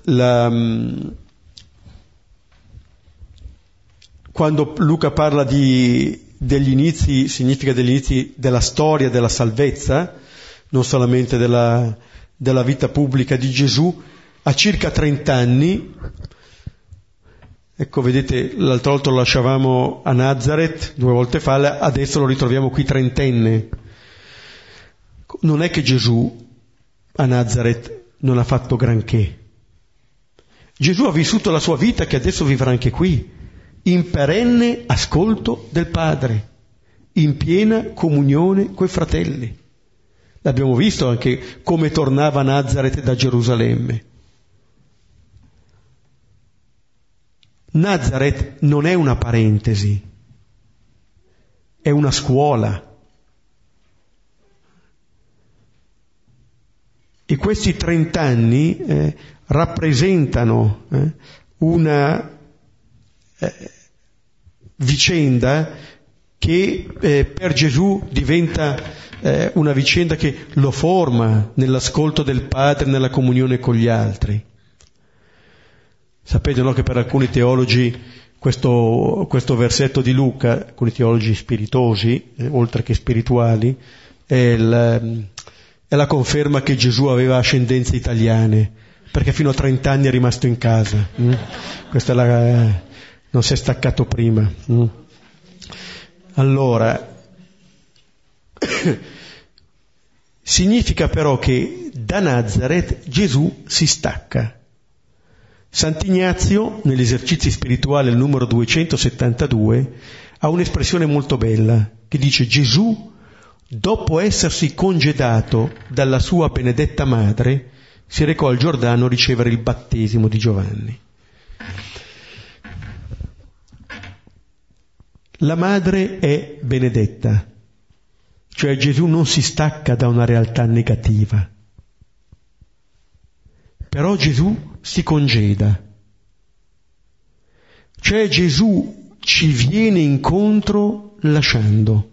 quando Luca parla degli inizi, significa degli inizi della storia della salvezza, non solamente della vita pubblica di Gesù, a circa 30 anni. Ecco, vedete, l'altra volta lo lasciavamo a Nazareth 2 volte fa, adesso lo ritroviamo qui trentenne. Non è che Gesù a Nazareth non ha fatto granché. Gesù ha vissuto la sua vita che adesso vivrà anche qui, in perenne ascolto del Padre, in piena comunione coi fratelli. L'abbiamo visto anche come tornava a Nazareth da Gerusalemme. Nazareth non è una parentesi, è una scuola. E questi 30 anni rappresentano una vicenda che per Gesù diventa una vicenda che lo forma nell'ascolto del Padre, nella comunione con gli altri. Sapete, no, che per alcuni teologi questo versetto di Luca, alcuni teologi spiritosi, oltre che spirituali, è la conferma che Gesù aveva ascendenze italiane, perché fino a 30 anni è rimasto in casa. Questa è non si è staccato prima. Allora, significa però che da Nazareth Gesù si stacca. Sant'Ignazio, negli esercizi spirituali al numero 272, ha un'espressione molto bella, che dice: Gesù, dopo essersi congedato dalla sua benedetta madre, si recò al Giordano a ricevere il battesimo di Giovanni. La madre è benedetta, cioè Gesù non si stacca da una realtà negativa. Però Gesù si congeda, cioè Gesù ci viene incontro lasciando.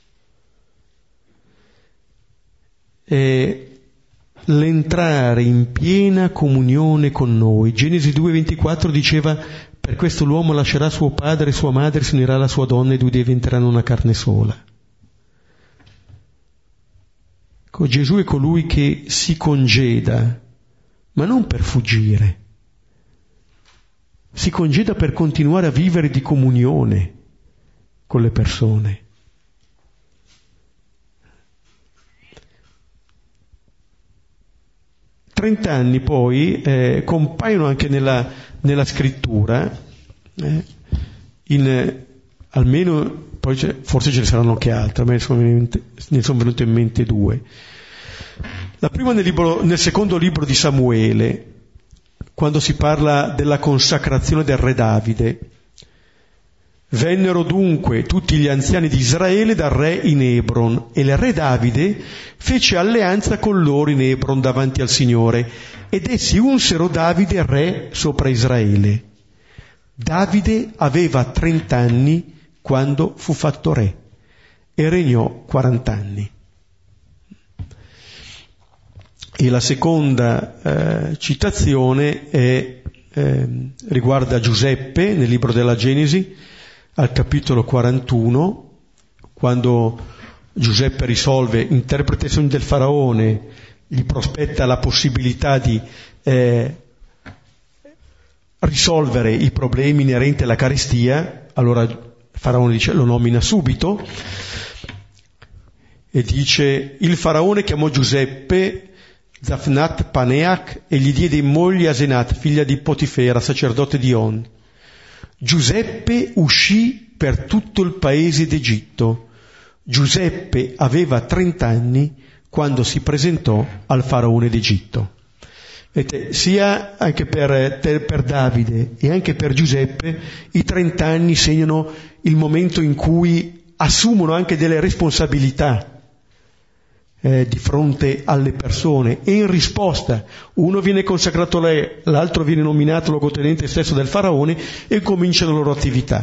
L'entrare in piena comunione con noi. Genesi 2,24 diceva: per questo l'uomo lascerà suo padre e sua madre, si unirà alla sua donna e i due diventeranno una carne sola. Gesù è colui che si congeda, ma non per fuggire. Si congeda per continuare a vivere di comunione con le persone. Trent'anni poi compaiono anche nella scrittura, almeno, poi forse ce ne saranno anche altre, ma ne sono venute in mente due. La prima nel secondo libro di Samuele, quando si parla della consacrazione del re Davide. Vennero dunque tutti gli anziani di Israele dal re in Hebron, e il re Davide fece alleanza con loro in Hebron davanti al Signore, ed essi unsero Davide re sopra Israele. Davide aveva 30 anni quando fu fatto re e regnò 40 anni. E la seconda citazione riguarda Giuseppe nel libro della Genesi, al capitolo 41, quando Giuseppe risolve interpretazioni del faraone, gli prospetta la possibilità di risolvere i problemi inerenti alla carestia. Allora il faraone dice, lo nomina subito, e dice: il faraone chiamò Giuseppe Zafnat Paneach e gli diede in moglie Asenat, figlia di Potifera, sacerdote di On. Giuseppe uscì per tutto il paese d'Egitto. Giuseppe aveva 30 anni quando si presentò al faraone d'Egitto. Vedete, sia anche per Davide e anche per Giuseppe i 30 anni segnano il momento in cui assumono anche delle responsabilità di fronte alle persone, e in risposta uno viene consacrato re, l'altro viene nominato luogotenente stesso del faraone, e cominciano le loro attività.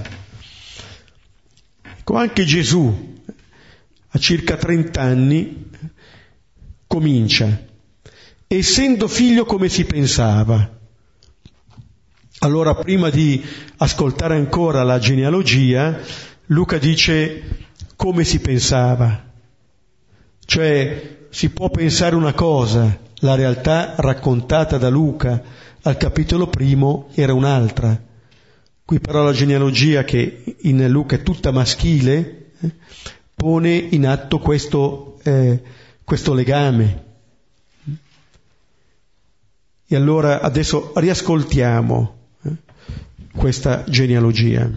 Ecco, anche Gesù a circa 30 anni comincia, essendo figlio come si pensava. Allora, prima di ascoltare ancora la genealogia, Luca dice come si pensava. Cioè, si può pensare una cosa, la realtà raccontata da Luca al capitolo 1 era un'altra. Qui però la genealogia, che in Luca è tutta maschile, pone in atto questo legame. E allora adesso riascoltiamo questa genealogia.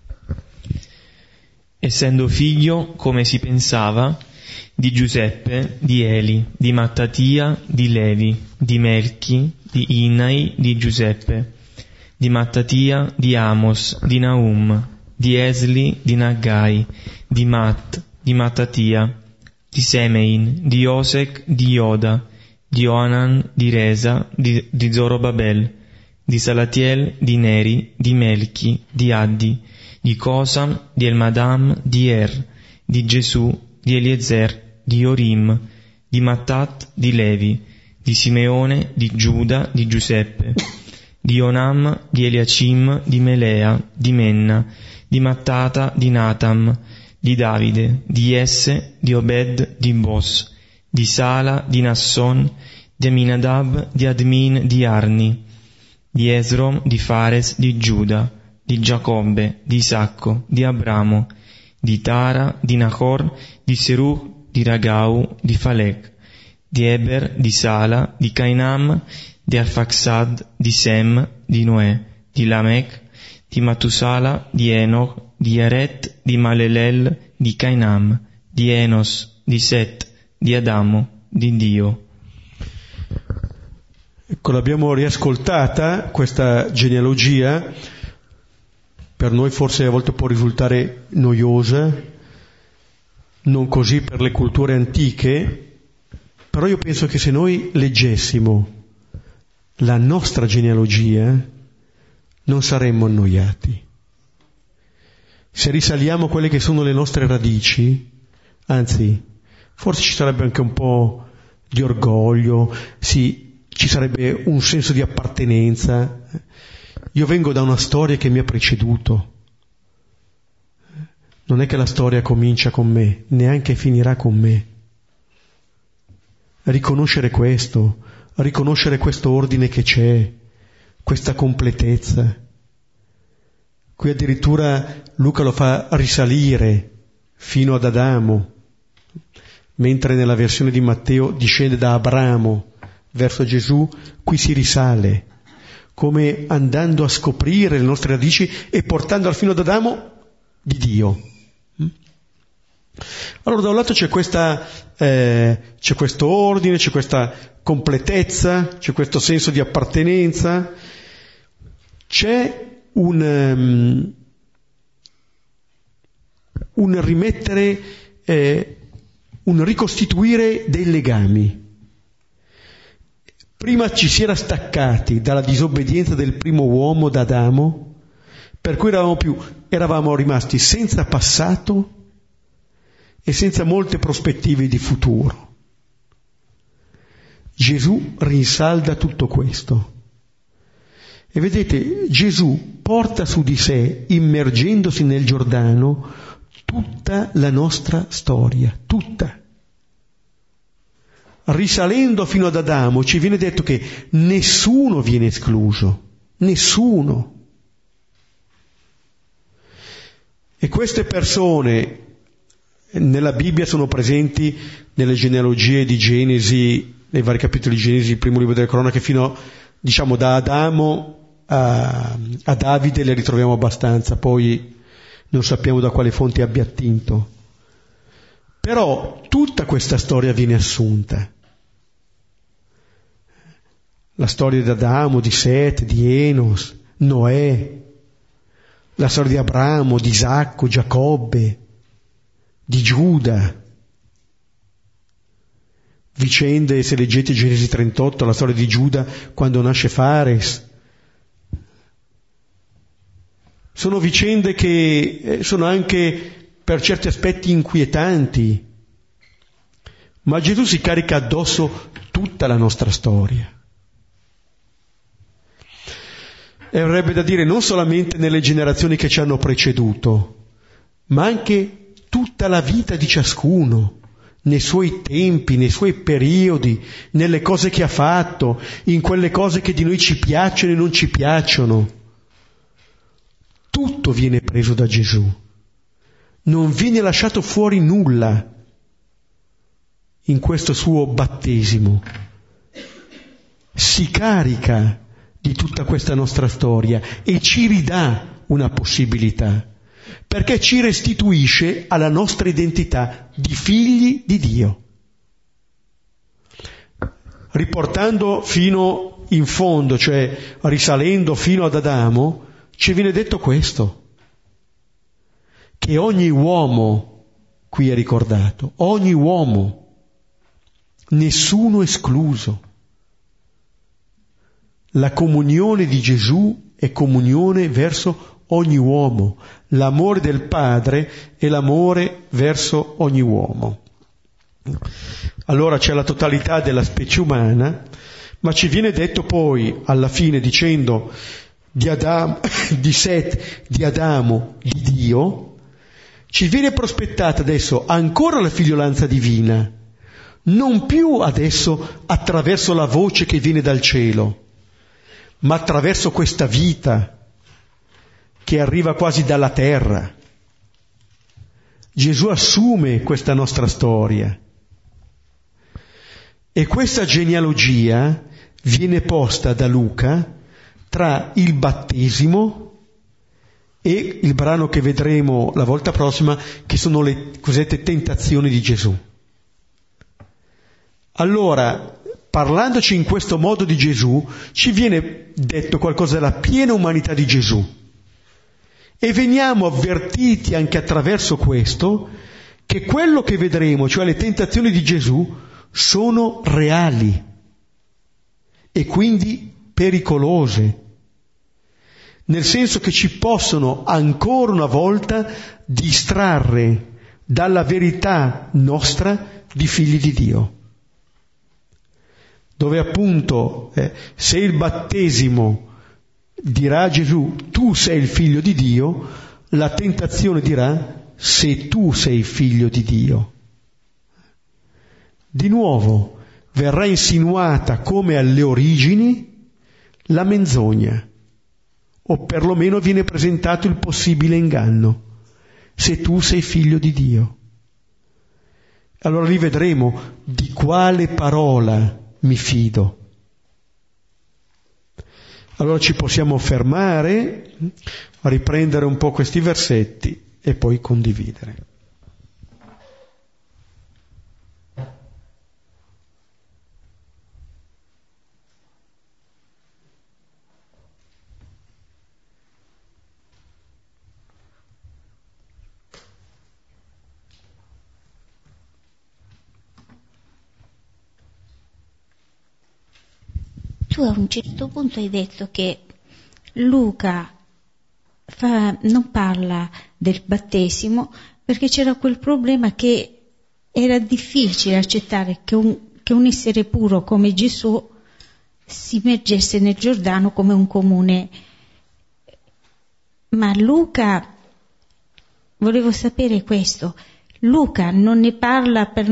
Essendo figlio, come si pensava, di Giuseppe, di Eli, di Mattatia, di Levi, di Melchi, di Innai, di Giuseppe, di Mattatia, di Amos, di Naum, di Esli, di Naggai, di Mattatia, di Semein, di Osec, di Ioda, di Onan, di Resa, di Zorobabel, di Salatiel, di Neri, di Melchi, di Addi, di Cosam, di Elmadam, di Er, di Gesù, di Eliezer, di Orim, di Mattat, di Levi, di Simeone, di Giuda, di Giuseppe, di Onam, di Eliacim, di Melea, di Menna, di Mattata, di Natam, di Davide, di Jesse, di Obed, di Bos, di Sala, di Nasson, di Aminadab, di Admin, di Arni, di Esrom, di Fares, di Giuda, di Giacobbe, di Isacco, di Abramo, di Tara, di Nahor, di Seruch, di Ragau, di Falec, di Eber, di Sala, di Cainam, di Arfaxad, di Sem, di Noè, di Lamech, di Matusala, di Enoch, di Yaret, di Malelel, di Cainam, di Enos, di Set, di Adamo, di Dio. Ecco, l'abbiamo riascoltata, questa genealogia. Per noi forse a volte può risultare noiosa, non così per le culture antiche, però io penso che se noi leggessimo la nostra genealogia non saremmo annoiati. Se risaliamo quelle che sono le nostre radici, anzi, forse ci sarebbe anche un po' di orgoglio, sì, ci sarebbe un senso di appartenenza. Io vengo da una storia che mi ha preceduto. Non è che la storia comincia con me, neanche finirà con me. Riconoscere questo ordine che c'è, questa completezza. Qui addirittura Luca lo fa risalire fino ad Adamo, mentre nella versione di Matteo discende da Abramo verso Gesù, qui si risale, come andando a scoprire le nostre radici e portando fino ad Adamo di Dio. Allora da un lato c'è questo ordine, c'è questa completezza, c'è questo senso di appartenenza, c'è un rimettere, un ricostituire dei legami. Prima ci si era staccati dalla disobbedienza del primo uomo, da Adamo, per cui eravamo rimasti senza passato e senza molte prospettive di futuro. Gesù rinsalda tutto questo. E vedete, Gesù porta su di sé, immergendosi nel Giordano, tutta la nostra storia, tutta. Risalendo fino ad Adamo ci viene detto che nessuno viene escluso, nessuno. E queste persone nella Bibbia sono presenti nelle genealogie di Genesi, nei vari capitoli di Genesi, il primo libro delle cronache, fino, da Adamo a Davide le ritroviamo abbastanza, poi non sappiamo da quale fonte abbia attinto. Però tutta questa storia viene assunta. La storia di Adamo, di Set, di Enos, Noè, la storia di Abramo, di Isacco, Giacobbe, di Giuda. Vicende, se leggete Genesi 38, la storia di Giuda quando nasce Fares. Sono vicende che sono anche per certi aspetti inquietanti, ma Gesù si carica addosso tutta la nostra storia. E avrebbe da dire non solamente nelle generazioni che ci hanno preceduto, ma anche tutta la vita di ciascuno, nei suoi tempi, nei suoi periodi, nelle cose che ha fatto, in quelle cose che di noi ci piacciono e non ci piacciono. Tutto viene preso da Gesù. Non viene lasciato fuori nulla in questo suo battesimo. Si carica di tutta questa nostra storia e ci ridà una possibilità, perché ci restituisce alla nostra identità di figli di Dio. Riportando fino in fondo, cioè risalendo fino ad Adamo, ci viene detto questo, che ogni uomo, qui è ricordato, ogni uomo, nessuno escluso. La comunione di Gesù è comunione verso ogni uomo, l'amore del Padre è l'amore verso ogni uomo. Allora c'è la totalità della specie umana, ma ci viene detto poi alla fine dicendo di Set, di Adamo, di Dio, ci viene prospettata adesso ancora la figliolanza divina, non più adesso attraverso la voce che viene dal cielo, ma attraverso questa vita che arriva quasi dalla terra. Gesù assume questa nostra storia e questa genealogia viene posta da Luca tra il battesimo e il brano che vedremo la volta prossima, che sono le cosiddette tentazioni di Gesù. Allora, parlandoci in questo modo di Gesù, ci viene detto qualcosa della piena umanità di Gesù. E veniamo avvertiti anche attraverso questo che quello che vedremo, cioè le tentazioni di Gesù, sono reali e quindi pericolose, nel senso che ci possono ancora una volta distrarre dalla verità nostra di figli di Dio. Dove appunto se il battesimo dirà a Gesù tu sei il figlio di Dio, la tentazione dirà se tu sei figlio di Dio. Di nuovo verrà insinuata come alle origini la menzogna, o perlomeno viene presentato il possibile inganno, se tu sei figlio di Dio. Allora lì vedremo di quale parola mi fido. Allora ci possiamo fermare, riprendere un po' questi versetti e poi condividere. Tu a un certo punto hai detto che Luca non parla del battesimo perché c'era quel problema che era difficile accettare che un essere puro come Gesù si immergesse nel Giordano come un comune. Ma Luca, volevo sapere questo, Luca non ne parla per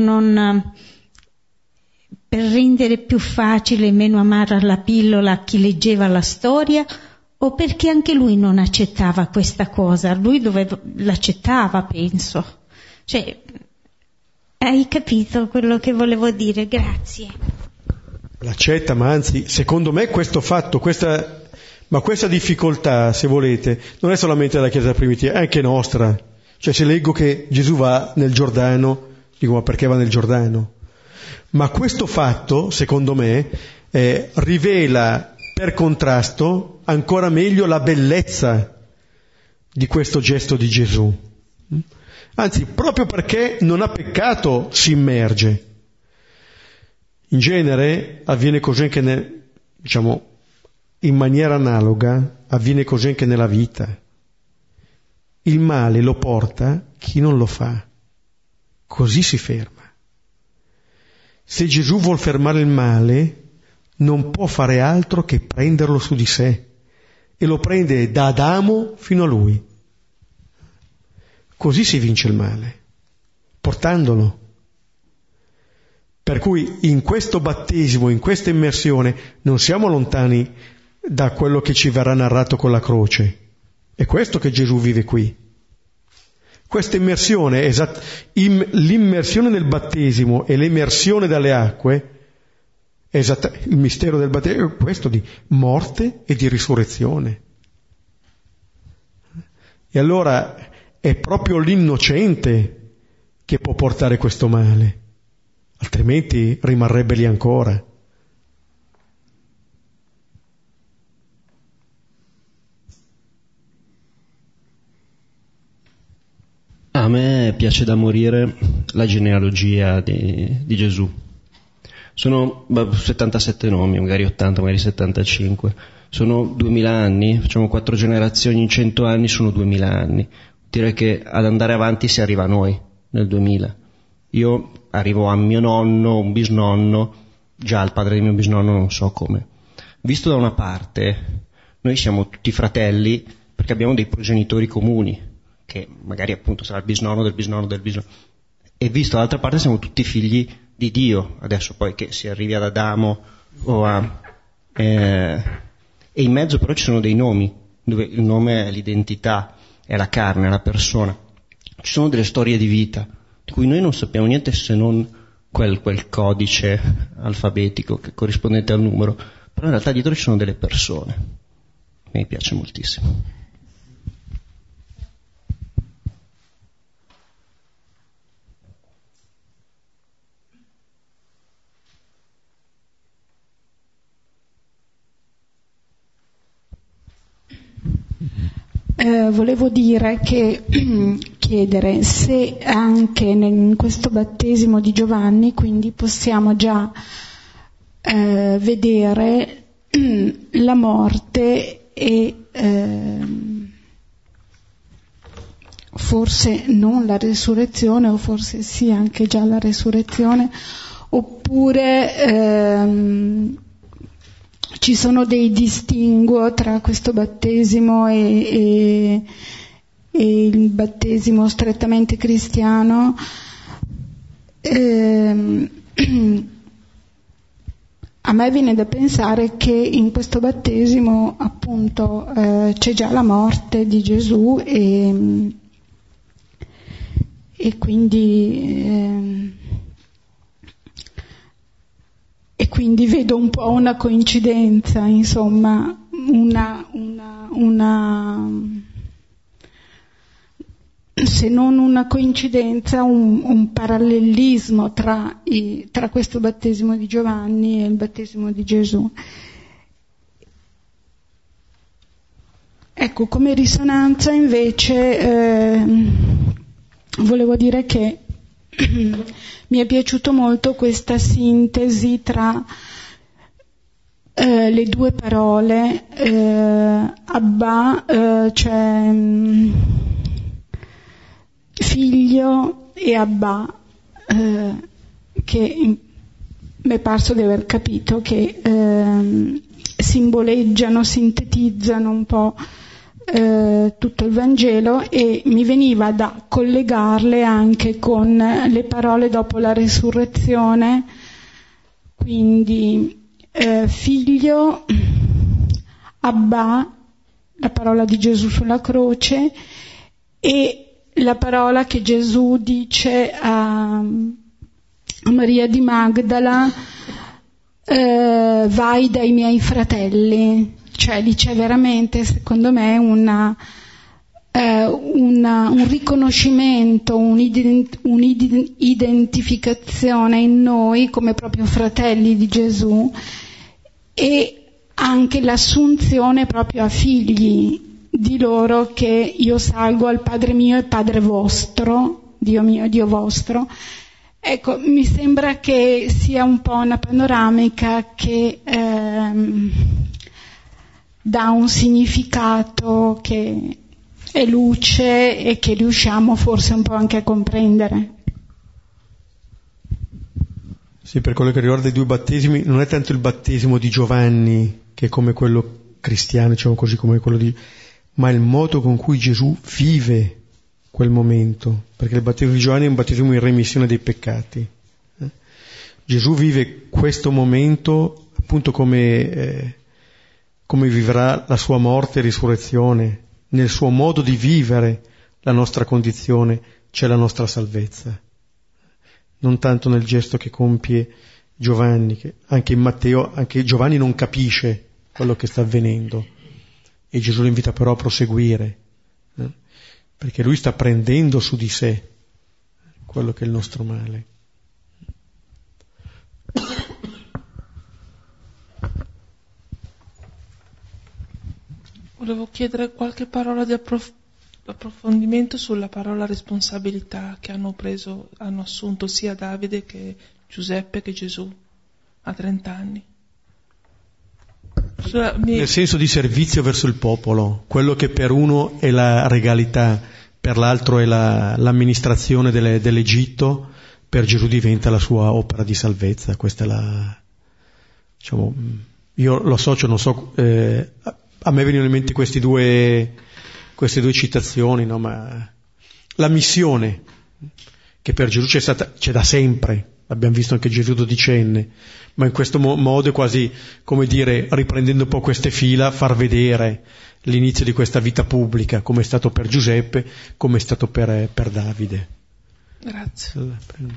rendere più facile e meno amara la pillola a chi leggeva la storia, o perché anche lui non accettava questa cosa? Lui l'accettava, penso. Cioè, hai capito quello che volevo dire? Grazie. L'accetta, ma anzi, secondo me questo fatto, questa difficoltà, se volete, non è solamente della Chiesa primitiva, è anche nostra. Cioè, se leggo che Gesù va nel Giordano, dico, ma perché va nel Giordano? Ma questo fatto, secondo me, rivela per contrasto ancora meglio la bellezza di questo gesto di Gesù. Anzi, proprio perché non ha peccato si immerge. In genere avviene così anche, in maniera analoga, avviene così anche nella vita. Il male lo porta chi non lo fa. Così si ferma. Se Gesù vuol fermare il male, non può fare altro che prenderlo su di sé, e lo prende da Adamo fino a lui. Così si vince il male, portandolo. Per cui in questo battesimo, in questa immersione, non siamo lontani da quello che ci verrà narrato con la croce. È questo che Gesù vive qui. Questa immersione, l'immersione nel battesimo e l'emersione dalle acque, il mistero del battesimo è questo di morte e di risurrezione. E allora è proprio l'innocente che può portare questo male, altrimenti rimarrebbe lì ancora. A me piace da morire la genealogia di Gesù. Sono 77 nomi, magari 80, magari 75. Sono 2000 anni, facciamo 4 generazioni in 100 anni, sono 2000 anni. Direi che ad andare avanti si arriva a noi, nel 2000. Io arrivo a mio nonno, un bisnonno, già il padre di mio bisnonno non so come. Visto da una parte, noi siamo tutti fratelli perché abbiamo dei progenitori comuni, che magari appunto sarà il bisnonno del bisnonno del bisnonno, e visto dall'altra parte siamo tutti figli di Dio, adesso poi che si arrivi ad Adamo o a... e in mezzo però ci sono dei nomi, dove il nome è l'identità, è la carne, è la persona. Ci sono delle storie di vita, di cui noi non sappiamo niente se non quel codice alfabetico che corrispondente al numero, però in realtà dietro ci sono delle persone. Mi piace moltissimo. Volevo dire che chiedere se anche in questo battesimo di Giovanni quindi possiamo già vedere la morte e forse non la resurrezione, o forse sì anche già la resurrezione, oppure ci sono dei distinguo tra questo battesimo e il battesimo strettamente cristiano. A me viene da pensare che in questo battesimo appunto c'è già la morte di Gesù e quindi vedo un po' una coincidenza, insomma, se non una coincidenza, un parallelismo tra questo battesimo di Giovanni e il battesimo di Gesù. Ecco, come risonanza invece volevo dire che mi è piaciuto molto questa sintesi tra le due parole Abba, cioè figlio, e Abba, che mi è parso di aver capito che simboleggiano, sintetizzano un po' tutto il Vangelo, e mi veniva da collegarle anche con le parole dopo la resurrezione, quindi figlio, Abba, la parola di Gesù sulla croce, e la parola che Gesù dice a Maria di Magdala, vai dai miei fratelli. Cioè dice veramente, secondo me, un riconoscimento, un'identificazione in noi come proprio fratelli di Gesù, e anche l'assunzione proprio a figli di loro, che io salgo al Padre mio e Padre vostro, Dio mio e Dio vostro. Ecco, mi sembra che sia un po' una panoramica che dà un significato che è luce e che riusciamo forse un po' anche a comprendere. Sì, per quello che riguarda i due battesimi, non è tanto il battesimo di Giovanni che è come quello cristiano, diciamo così, come quello di, ma il modo con cui Gesù vive quel momento, perché il battesimo di Giovanni è un battesimo in remissione dei peccati. Gesù vive questo momento appunto come vivrà la sua morte e risurrezione. Nel suo modo di vivere la nostra condizione c'è la nostra salvezza, non tanto nel gesto che compie Giovanni, che anche in Matteo, anche Giovanni non capisce quello che sta avvenendo e Gesù lo invita però a proseguire, perché lui sta prendendo su di sé quello che è il nostro male. Volevo chiedere qualche parola di approfondimento sulla parola responsabilità che hanno assunto sia Davide che Giuseppe che Gesù a 30 anni. Nel senso di servizio verso il popolo, quello che per uno è la regalità, per l'altro è l'amministrazione dell'Egitto, per Gesù diventa la sua opera di salvezza. Questa è diciamo, io lo associo, non so, a me vengono in mente queste due citazioni, no? Ma la missione che per Gesù c'è da sempre, abbiamo visto anche Gesù dodicenne, ma in questo modo è quasi, come dire, riprendendo un po' queste fila, far vedere l'inizio di questa vita pubblica, come è stato per Giuseppe, come è stato per Davide. Grazie.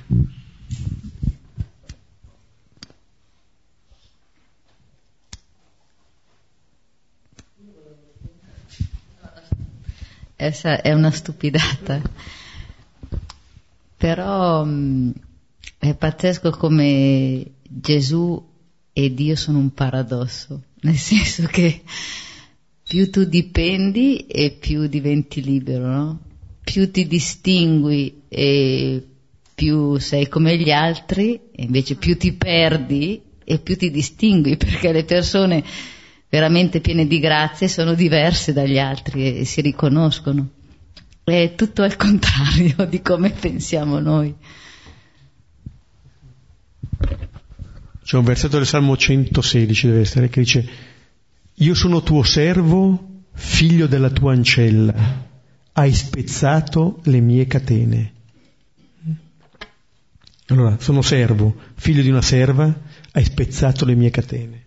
Essa è una stupidata, però è pazzesco come Gesù e Dio sono un paradosso, nel senso che più tu dipendi e più diventi libero, no? Più ti distingui e più sei come gli altri, e invece più ti perdi e più ti distingui, perché le persone veramente piene di grazie sono diverse dagli altri e si riconoscono. È tutto al contrario di come pensiamo noi. C'è un versetto del Salmo 116, deve essere, che dice: io sono tuo servo, figlio della tua ancella, hai spezzato le mie catene. Allora, sono servo, figlio di una serva, hai spezzato le mie catene.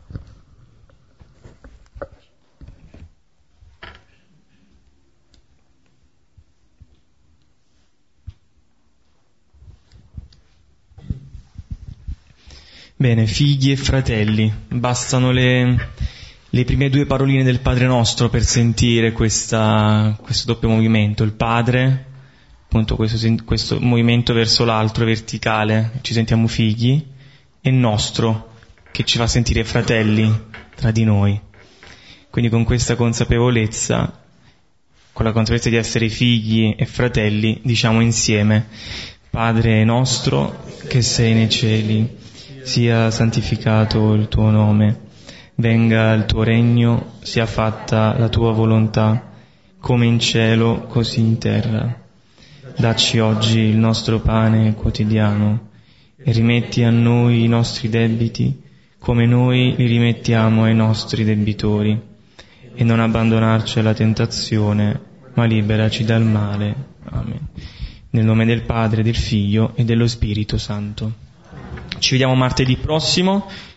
Bene, figli e fratelli, bastano le prime due paroline del Padre Nostro per sentire questo doppio movimento. Il Padre, appunto questo movimento verso l'altro verticale, ci sentiamo figli, e nostro, che ci fa sentire fratelli tra di noi. Quindi con questa consapevolezza, con la consapevolezza di essere figli e fratelli, diciamo insieme: Padre nostro che sei nei cieli, sia santificato il tuo nome, venga il tuo regno, sia fatta la tua volontà, come in cielo così in terra. Dacci oggi il nostro pane quotidiano e rimetti a noi i nostri debiti come noi li rimettiamo ai nostri debitori, e non abbandonarci alla tentazione, ma liberaci dal male. Amen. Nel nome del Padre, del Figlio e dello Spirito Santo. Ci vediamo martedì prossimo.